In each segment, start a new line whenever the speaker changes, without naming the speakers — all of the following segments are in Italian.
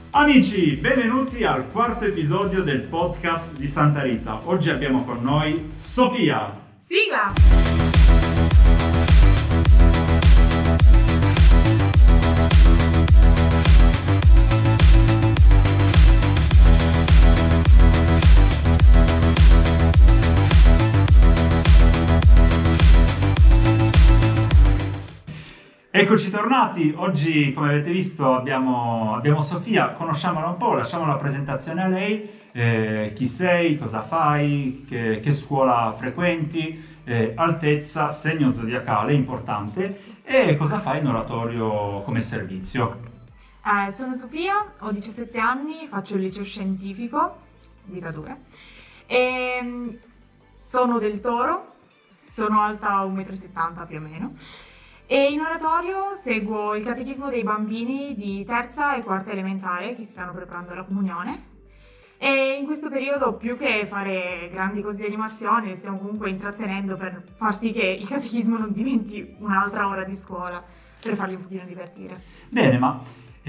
Amici, benvenuti al quarto episodio del podcast di Santa Rita. Oggi abbiamo con noi Sofia.
Sigla!
Eccoci tornati, oggi come avete visto abbiamo Sofia, conosciamola un po', lasciamo la presentazione a lei, chi sei, cosa fai, che scuola frequenti, altezza, segno zodiacale, importante, e cosa fai in oratorio come servizio.
Sono Sofia, ho 17 anni, faccio il liceo scientifico di Cadore e sono del Toro, sono alta 1,70 m più o meno. E in oratorio seguo il catechismo dei bambini di terza e quarta elementare che si stanno preparando alla comunione. E in questo periodo, più che fare grandi cose di animazione, li stiamo comunque intrattenendo per far sì che il catechismo non diventi un'altra ora di scuola, per farli un pochino divertire.
Bene, ma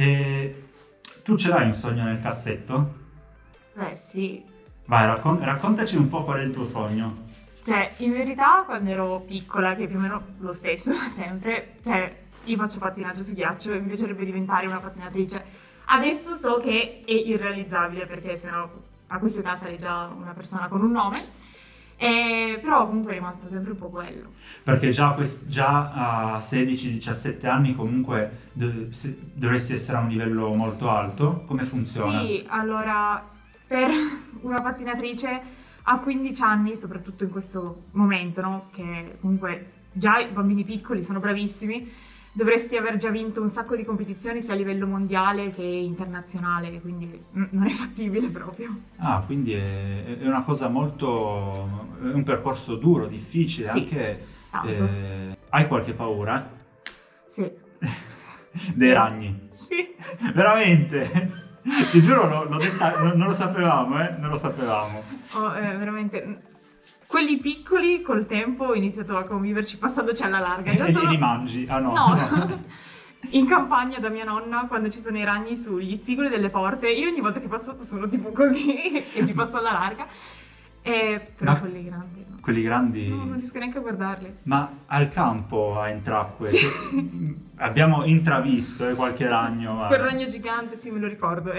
tu ce l'hai un sogno nel cassetto?
Beh, sì.
Vai, raccontaci un po' qual è il tuo sogno.
Cioè, in verità, quando ero piccola, che è più o meno lo stesso, sempre, io faccio pattinaggio su ghiaccio e mi piacerebbe diventare una pattinatrice. Adesso so che è irrealizzabile, perché sennò a questa età sarei già una persona con un nome, però comunque è rimasto sempre un po' quello.
Perché già a 16-17 anni comunque dovresti essere a un livello molto alto. Come funziona?
Sì, allora, per una pattinatrice a 15 anni, soprattutto in questo momento, no? Che comunque già i bambini piccoli sono bravissimi, dovresti aver già vinto un sacco di competizioni sia a livello mondiale che internazionale, quindi non è fattibile proprio.
Ah, quindi è una cosa molto... è un percorso duro, difficile,
Sì,
anche...
tanto.
Hai qualche paura?
Sì.
Dei ragni?
Sì.
Veramente? Ti giuro, l'ho detta, non lo sapevamo, non lo sapevamo.
Veramente... Quelli piccoli col tempo ho iniziato a conviverci passandoci alla larga. Già
E
solo...
li mangi? Ah no.
No. In campagna da mia nonna, quando ci sono i ragni sugli spigoli delle porte, io ogni volta che passo sono tipo così e ci passo alla larga. Però quelli grandi no.
Quelli grandi...
No, non riesco neanche a guardarli.
Ma al campo a Entracque
Sì.
abbiamo intravisto qualche ragno.
Quel ragno gigante, sì, me lo ricordo.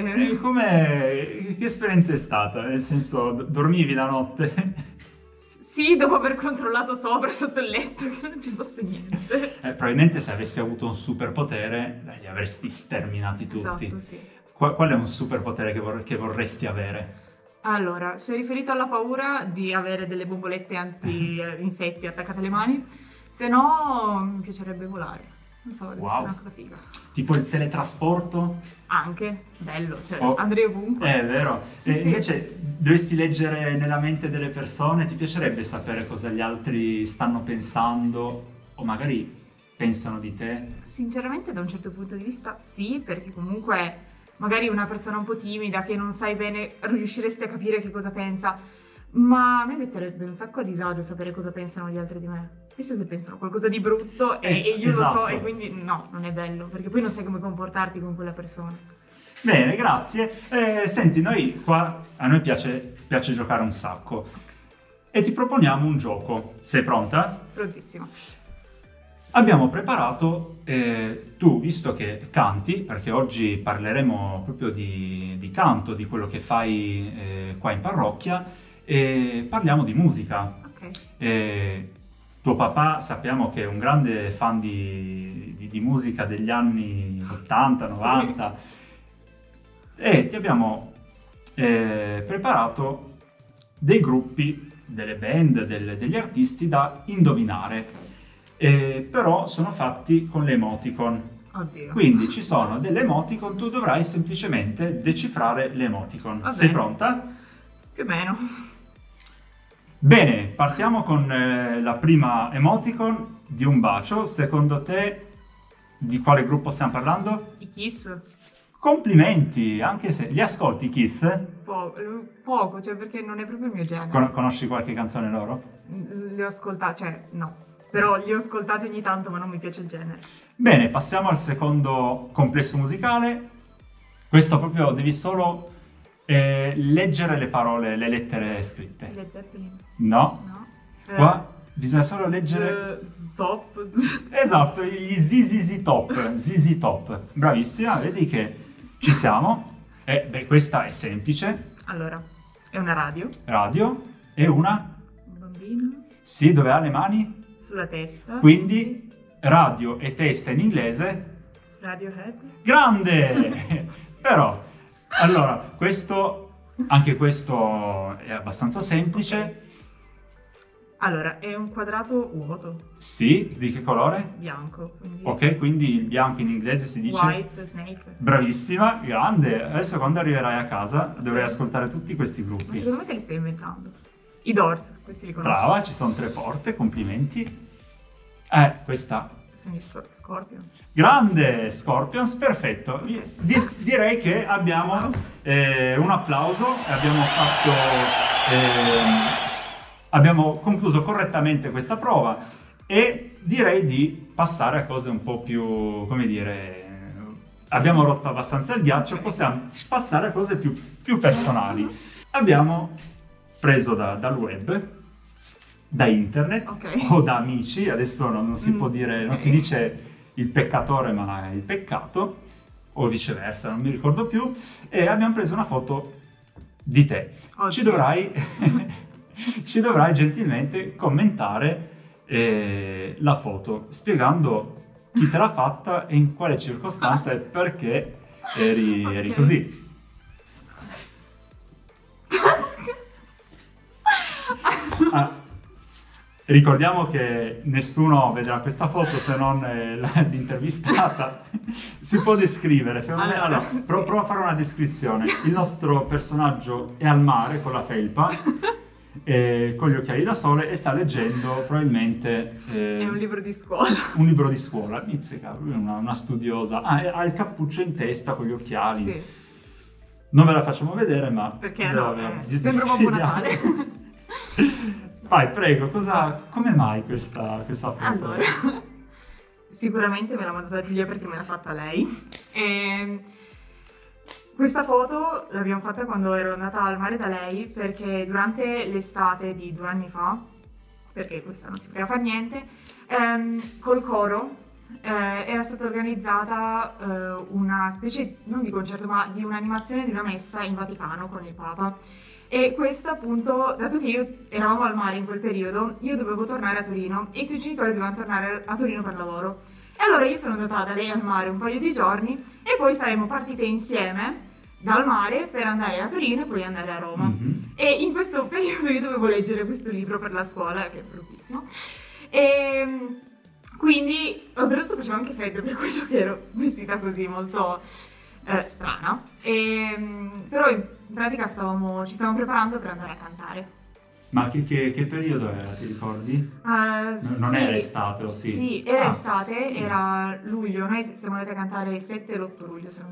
Che esperienza è stata? Nel senso, dormivi la notte?
Sì, dopo aver controllato sopra e sotto il letto che non ci fosse niente.
Probabilmente se avessi avuto un superpotere li avresti sterminati tutti.
Esatto, sì.
Qual è un superpotere che vorresti avere?
Allora, sei riferito alla paura di avere delle bombolette anti-insetti attaccate alle mani? Se no, mi piacerebbe volare. Non so, deve essere una cosa figa.
Tipo il teletrasporto?
Anche, bello, andrei ovunque.
È vero.
Sì,
Se
sì.
invece dovessi leggere nella mente delle persone, ti piacerebbe sapere cosa gli altri stanno pensando o magari pensano di te?
Sinceramente, da un certo punto di vista, sì, perché comunque magari una persona un po' timida che non sai bene riusciresti a capire che cosa pensa, ma a me metterebbe un sacco a disagio sapere cosa pensano gli altri di me. Chissà se pensano qualcosa di brutto e io
esatto.
lo so e quindi no, non è bello, perché poi non sai come comportarti con quella persona.
Bene, grazie. Senti, a noi piace giocare un sacco e ti proponiamo un gioco. Sei pronta?
Prontissima.
Abbiamo preparato, tu visto che canti, perché oggi parleremo proprio di canto, di quello che fai qua in parrocchia, e parliamo di musica.
Ok.
Tuo papà sappiamo che è un grande fan di musica degli anni 80, 90 e ti abbiamo preparato dei gruppi, delle band, degli artisti da indovinare, però sono fatti con le emoticon.
Oddio.
Quindi ci sono delle emoticon, tu dovrai semplicemente decifrare le emoticon.
Va
Sei
bene.
pronta?
Più o meno.
Bene, partiamo con la prima emoticon di un bacio. Secondo te di quale gruppo stiamo parlando?
I Kiss?
Complimenti, anche se li ascolti Kiss?
Poco, cioè perché non è proprio il mio genere.
Conosci qualche canzone loro?
Li ho ascoltati, cioè no, però li ho ascoltati ogni tanto ma non mi piace il genere.
Bene, passiamo al secondo complesso musicale. Questo proprio devi solo leggere le parole, le lettere scritte.
Le Zeppelin?
No,
No.
qua bisogna solo leggere...
Top.
Esatto, gli ZZ Top, ZZ Top. Bravissima, vedi che ci siamo. E beh, questa è semplice.
Allora, è una radio.
Radio e una...
Un bambino.
Sì, dove ha le mani?
Sulla testa.
Quindi radio e testa in inglese.
Radiohead.
Grande! Però, allora, anche questo è abbastanza semplice.
Allora, è un quadrato vuoto.
Sì, di che colore?
Bianco. Quindi
Ok, quindi il bianco in inglese si dice...
White Snake.
Bravissima, grande. Adesso quando arriverai a casa dovrai ascoltare tutti questi
Ma
gruppi.
secondo me te li stai inventando. I Doors, questi li conosci.
Brava, ci sono 3 porte, complimenti. Questa...
Sono gli Scorpions.
Grande, Scorpions, perfetto. Direi che abbiamo un applauso, abbiamo concluso correttamente questa prova e direi di passare a cose un po' più, come dire, abbiamo rotto abbastanza il ghiaccio, possiamo passare a cose più personali. Abbiamo preso dal web, da internet o da amici, adesso non si può dire, non si dice il peccatore ma il peccato, o viceversa, non mi ricordo più, e abbiamo preso una foto di te. Ci dovrai gentilmente commentare la foto, spiegando chi te l'ha fatta e in quale circostanza e perché eri così. Ricordiamo che nessuno vedrà questa foto se non l'intervistata. Si può descrivere, secondo me. Allora, prova a fare una descrizione. Il nostro personaggio è al mare con la felpa, con gli occhiali da sole e sta leggendo probabilmente...
è un libro di scuola.
Un libro di scuola. Mizzica, lui è una studiosa. Ha il cappuccio in testa con gli occhiali. Sì. Non ve la facciamo vedere, ma...
Perché no? Sembra un po' Natale.
Vai, prego, come mai questa foto?
Allora, sicuramente me l'ha mandata Giulia perché me l'ha fatta lei. Questa foto l'abbiamo fatta quando ero andata al mare da lei perché durante l'estate di 2 anni fa, perché quest'anno si poteva fare niente, col coro era stata organizzata una specie, non di concerto, ma di un'animazione di una messa in Vaticano con il Papa. E questa appunto, dato che eravamo al mare in quel periodo, io dovevo tornare a Torino e i suoi genitori dovevano tornare a Torino per lavoro. E allora io sono andata da lei al mare un paio di giorni e poi saremmo partite insieme dal mare per andare a Torino e poi andare a Roma. Mm-hmm. E in questo periodo io dovevo leggere questo libro per la scuola, che è bruttissimo. E quindi, oltretutto faceva anche freddo, per quello che ero vestita così molto strana. Però in pratica ci stavamo preparando per andare a cantare.
Ma che periodo era, ti ricordi? Non
sì,
era estate, o sì?
Sì, era estate, era luglio. Noi siamo andati a cantare il 7 e l'8 luglio, se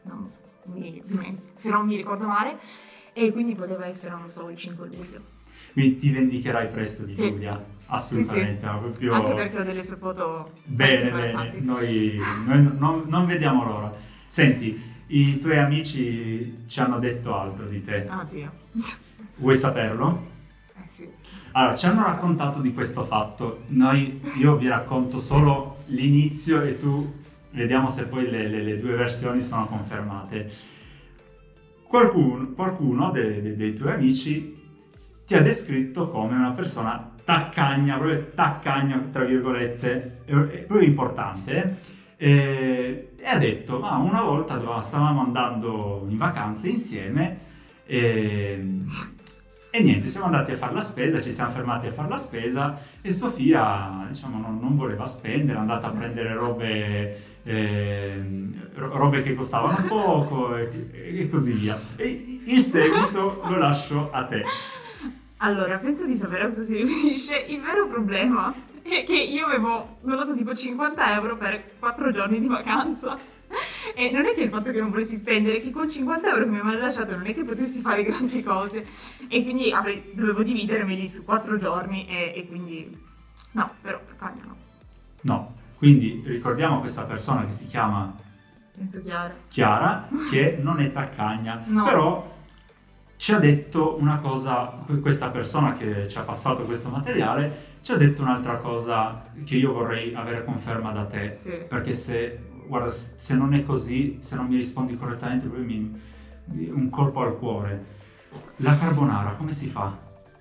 non mi ricordo male. E quindi poteva essere, non lo so, il 5 luglio.
Quindi ti vendicherai presto di Giulia? Assolutamente.
Sì.
Proprio...
Anche perché ho delle sue foto
bene. Noi non vediamo l'ora. Senti, i tuoi amici ci hanno detto altro di te.
Oddio.
Vuoi saperlo?
Sì.
Allora, ci hanno raccontato di questo fatto. Io vi racconto solo l'inizio e tu vediamo se poi le 2 versioni sono confermate. Qualcuno dei tuoi amici ti ha descritto come una persona taccagna, proprio taccagna, tra virgolette, proprio importante. E ha detto, una volta stavamo andando in vacanze insieme e niente, siamo andati a fare la spesa, ci siamo fermati a fare la spesa e Sofia, diciamo, non voleva spendere, è andata a prendere robe che costavano poco e così via. E il seguito lo lascio a te.
Allora, penso di sapere a cosa si riferisce. Il vero problema è che io avevo, non lo so, tipo 50 euro per 4 giorni di vacanza. E non è che il fatto che non volessi spendere, che con 50 euro che mi aveva lasciato non è che potessi fare grandi cose. E quindi dovevo dividermeli su 4 giorni e quindi... No, però cagno no.
No, quindi ricordiamo questa persona che si chiama
Penso Chiara.
Chiara, che non è taccagna,
No.
però ci ha detto una cosa, questa persona che ci ha passato questo materiale, ci ha detto un'altra cosa che io vorrei avere conferma da te,
Sì.
perché guarda, se non è così, se non mi rispondi correttamente, un colpo al cuore. La carbonara, come si fa?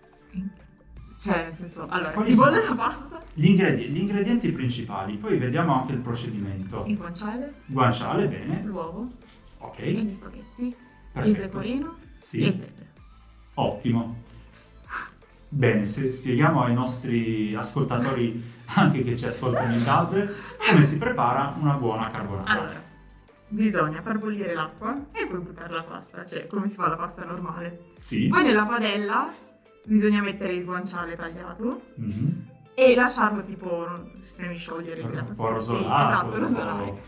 Cioè, nel senso, allora,
Quali
si
sono?
bolle la pasta,
Gli ingredienti principali, poi vediamo anche il procedimento.
il guanciale,
Guanciale, bene,
l'uovo,
ok,
e gli spaghetti, il
perfetto.
pecorino
Sì.
e il pepe.
Ottimo. Bene, se spieghiamo ai nostri ascoltatori, anche che ci ascoltano in DAB, come si prepara una buona carbonara.
Allora, bisogna far bollire l'acqua e poi buttare la pasta, cioè come si fa la pasta normale.
Sì.
Poi nella padella bisogna mettere il guanciale tagliato
Mhm.
e lasciarlo tipo semisciogliere il
Un
grasso.
po'
Sì,
rosolato.
esatto,
un po'.
rosolare.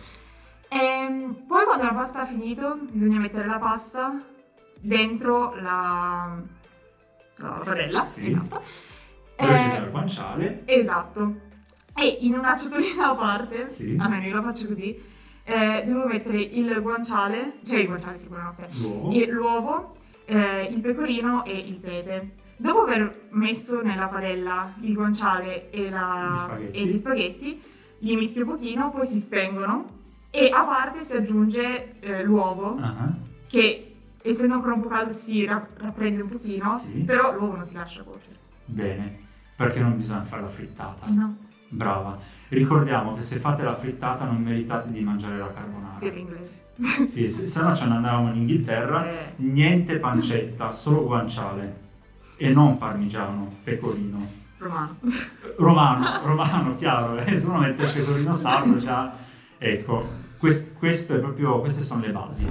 Poi quando la pasta ha finito bisogna mettere la pasta dentro la padella.
Sì.
Esatto.
Velocità il guanciale.
Esatto. E in una ciotolina a parte,
Sì.
almeno io la faccio così, devo mettere il guanciale, cioè il guanciale sicuramente,
L'uovo.
l'uovo, il pecorino e il pepe. Dopo aver messo nella padella il guanciale e gli spaghetti, li mischio un pochino, poi si spengono e a parte si aggiunge l'uovo,
Ah,
che essendo ancora un po' caldo si rapprende un pochino,
Sì.
però l'uovo non si lascia cuocere.
bene, perché non bisogna fare la frittata.
No,
Brava. Ricordiamo che se fate la frittata non meritate di mangiare la carbonara.
siete inglesi.
Sì, se no ce ne andavamo in Inghilterra, niente pancetta, solo guanciale e non parmigiano, pecorino.
Romano.
Romano, chiaro, se uno mette il pecorino sardo già, ecco, questo è proprio, queste sono le basi.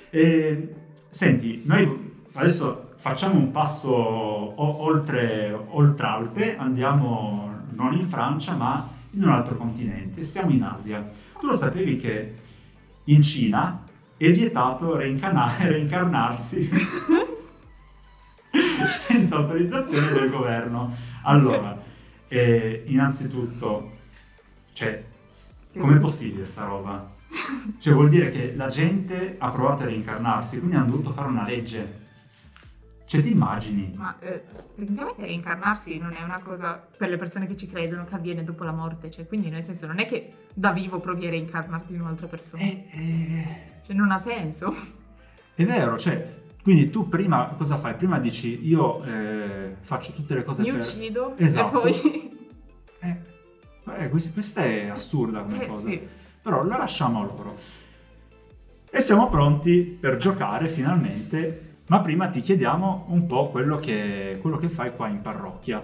Senti, noi adesso facciamo un passo oltre Alpe, andiamo non in Francia ma in un altro continente, siamo in Asia. Tu lo sapevi che in Cina è vietato reincarnarsi senza autorizzazione del governo? Allora, innanzitutto, cioè, com'è possibile sta roba? Cioè vuol dire che la gente ha provato a reincarnarsi, quindi hanno dovuto fare una legge. Cioè ti immagini?
Ma tecnicamente reincarnarsi non è una cosa per le persone che ci credono che avviene dopo la morte, cioè quindi nel senso non è che da vivo provi a reincarnarti in un'altra persona, cioè non ha senso.
È vero, cioè, quindi tu prima cosa fai? Prima dici io faccio tutte le cose
Mi
per...
uccido
Esatto.
e poi...
Questa è assurda come cosa.
Sì.
Però la lasciamo a loro. E siamo pronti per giocare finalmente, ma prima ti chiediamo un po' quello che fai qua in parrocchia.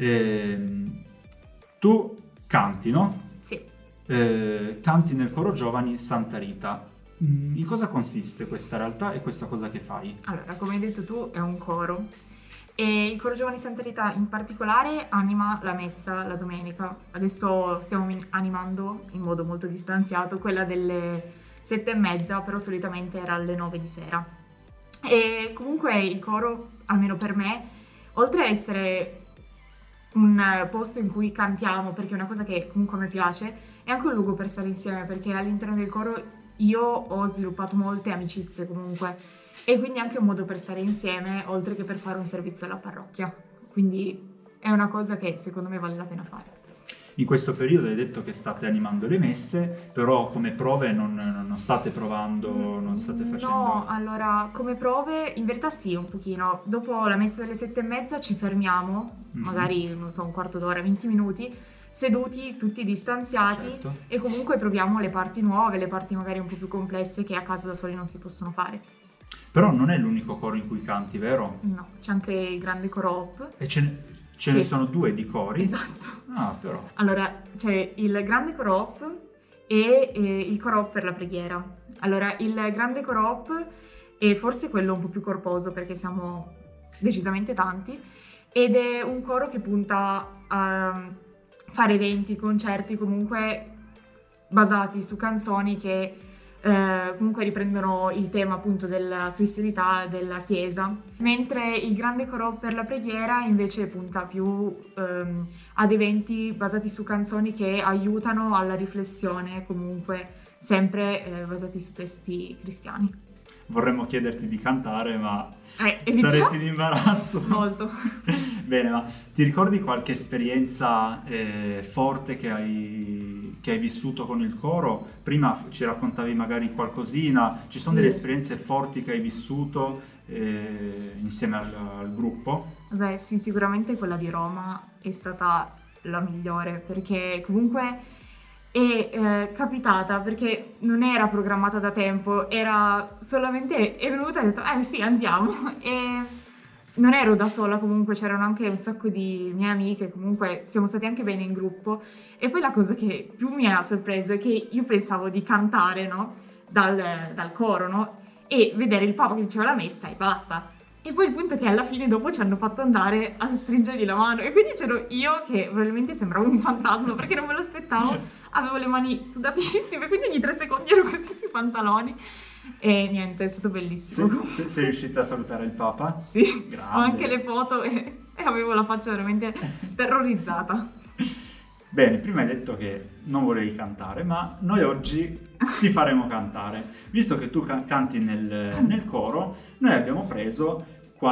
Tu canti, no?
Sì.
Canti nel coro giovani Santa Rita. In cosa consiste questa realtà e questa cosa che fai?
Allora, come hai detto tu, è un coro. E il Coro Giovani Santa Rita in particolare anima la messa la domenica. Adesso stiamo animando in modo molto distanziato quella delle 7:30, però solitamente era alle 9 di sera. E comunque il coro, almeno per me, oltre a essere un posto in cui cantiamo, perché è una cosa che comunque mi piace, è anche un luogo per stare insieme, perché all'interno del coro io ho sviluppato molte amicizie comunque. E quindi anche un modo per stare insieme, oltre che per fare un servizio alla parrocchia. Quindi è una cosa che secondo me vale la pena fare.
In questo periodo hai detto che state animando le messe, però come prove non state provando, non state facendo...
No, allora, come prove, in verità sì, un pochino. Dopo la messa delle 7:30 ci fermiamo, magari, non so, un quarto d'ora, 20 minuti, seduti, tutti distanziati,
Certo.
e comunque proviamo le parti nuove, le parti magari un po' più complesse che a casa da soli non si possono fare.
Però non è l'unico coro in cui canti, vero?
No, c'è anche il grande coro op.
E ce ne sono 2 di cori?
Esatto.
Ah, però.
Allora, c'è il grande coro op e il coro op per la preghiera. Allora, il grande coro op è forse quello un po' più corposo perché siamo decisamente tanti ed è un coro che punta a fare eventi, concerti comunque basati su canzoni che comunque riprendono il tema appunto della cristianità, della chiesa, mentre il grande coro per la preghiera invece punta più ad eventi basati su canzoni che aiutano alla riflessione, comunque sempre basati su testi cristiani.
Vorremmo chiederti di cantare, ma
evitiamo.
saresti in imbarazzo.
Molto.
Bene, ma ti ricordi qualche esperienza forte che hai vissuto con il coro? Prima ci raccontavi magari qualcosina, ci sono delle esperienze forti che hai vissuto insieme al gruppo?
Beh sì, sicuramente quella di Roma è stata la migliore, perché comunque è capitata, perché non era programmata da tempo, era solamente, è venuta e ha detto sì, andiamo. E non ero da sola, comunque c'erano anche un sacco di mie amiche, comunque siamo stati anche bene in gruppo. E poi la cosa che più mi ha sorpreso è che io pensavo di cantare, no? Dal coro, no? E vedere il Papa che diceva la messa e basta. E poi il punto è che alla fine dopo ci hanno fatto andare a stringergli la mano, e quindi c'ero io che probabilmente sembravo un fantasma perché non me lo aspettavo, avevo le mani sudatissime, quindi ogni 3 secondi ero così sui pantaloni e niente, è stato bellissimo.
Sei riuscita a salutare il Papa?
Sì,
grande.
Ho anche le foto e avevo la faccia veramente terrorizzata.
Bene, prima hai detto che non volevi cantare, ma noi oggi ti faremo cantare. Visto che tu canti nel coro, noi abbiamo preso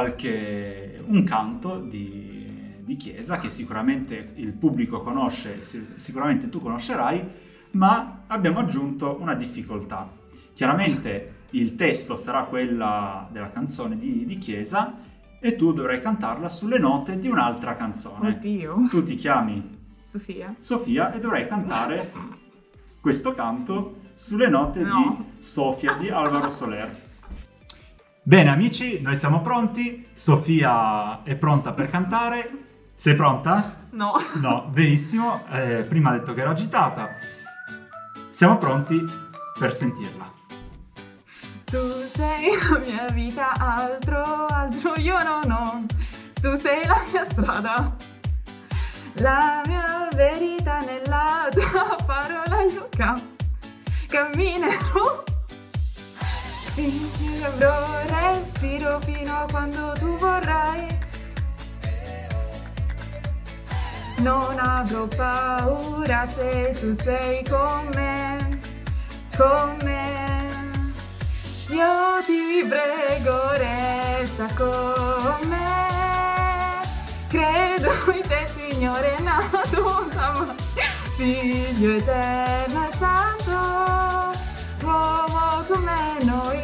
un canto di chiesa che sicuramente il pubblico conosce, sicuramente tu conoscerai, ma abbiamo aggiunto una difficoltà. Chiaramente il testo sarà quella della canzone di chiesa e tu dovrai cantarla sulle note di un'altra canzone.
Oddio.
Tu ti chiami
Sofia
e dovrai cantare questo canto sulle note di Sofia di Alvaro Soler. Bene amici, noi siamo pronti, Sofia è pronta per cantare. Sei pronta?
No.
No, benissimo, prima ha detto che era agitata. Siamo pronti per sentirla.
Tu sei la mia vita, altro io non ho. Tu sei la mia strada, la mia verità, nella tua parola io camminerò. Finché avrò respiro fino a quando tu vorrai. Non avrò paura se tu sei con me, con me. Io ti prego, resta con me. Credo in te, Signore, nato da me, Figlio eterno e santo, uomo come noi,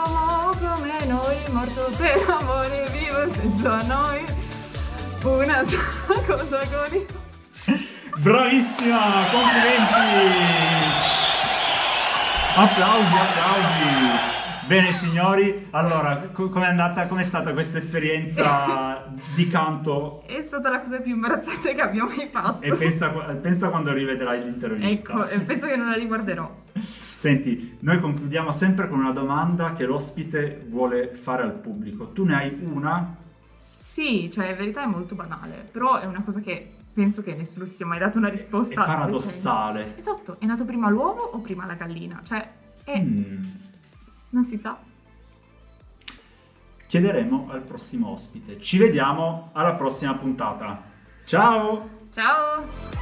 morto per amore, vivo in mezzo a noi, una sola cosa con il...
Bravissima, complimenti! Applausi! Bene signori, allora, com'è andata, com'è stata questa esperienza di canto?
È stata la cosa più imbarazzante che abbiamo mai fatto.
E pensa quando rivedrai l'intervista.
Ecco, penso che non la riguarderò.
Senti, noi concludiamo sempre con una domanda che l'ospite vuole fare al pubblico. Tu ne hai una?
Sì, cioè in verità è molto banale, però è una cosa che penso che nessuno si sia mai dato una risposta.
È paradossale.
Decente. Esatto, è nato prima l'uovo o prima la gallina? Cioè, non si sa.
Chiederemo al prossimo ospite. Ci vediamo alla prossima puntata. Ciao!
Ciao!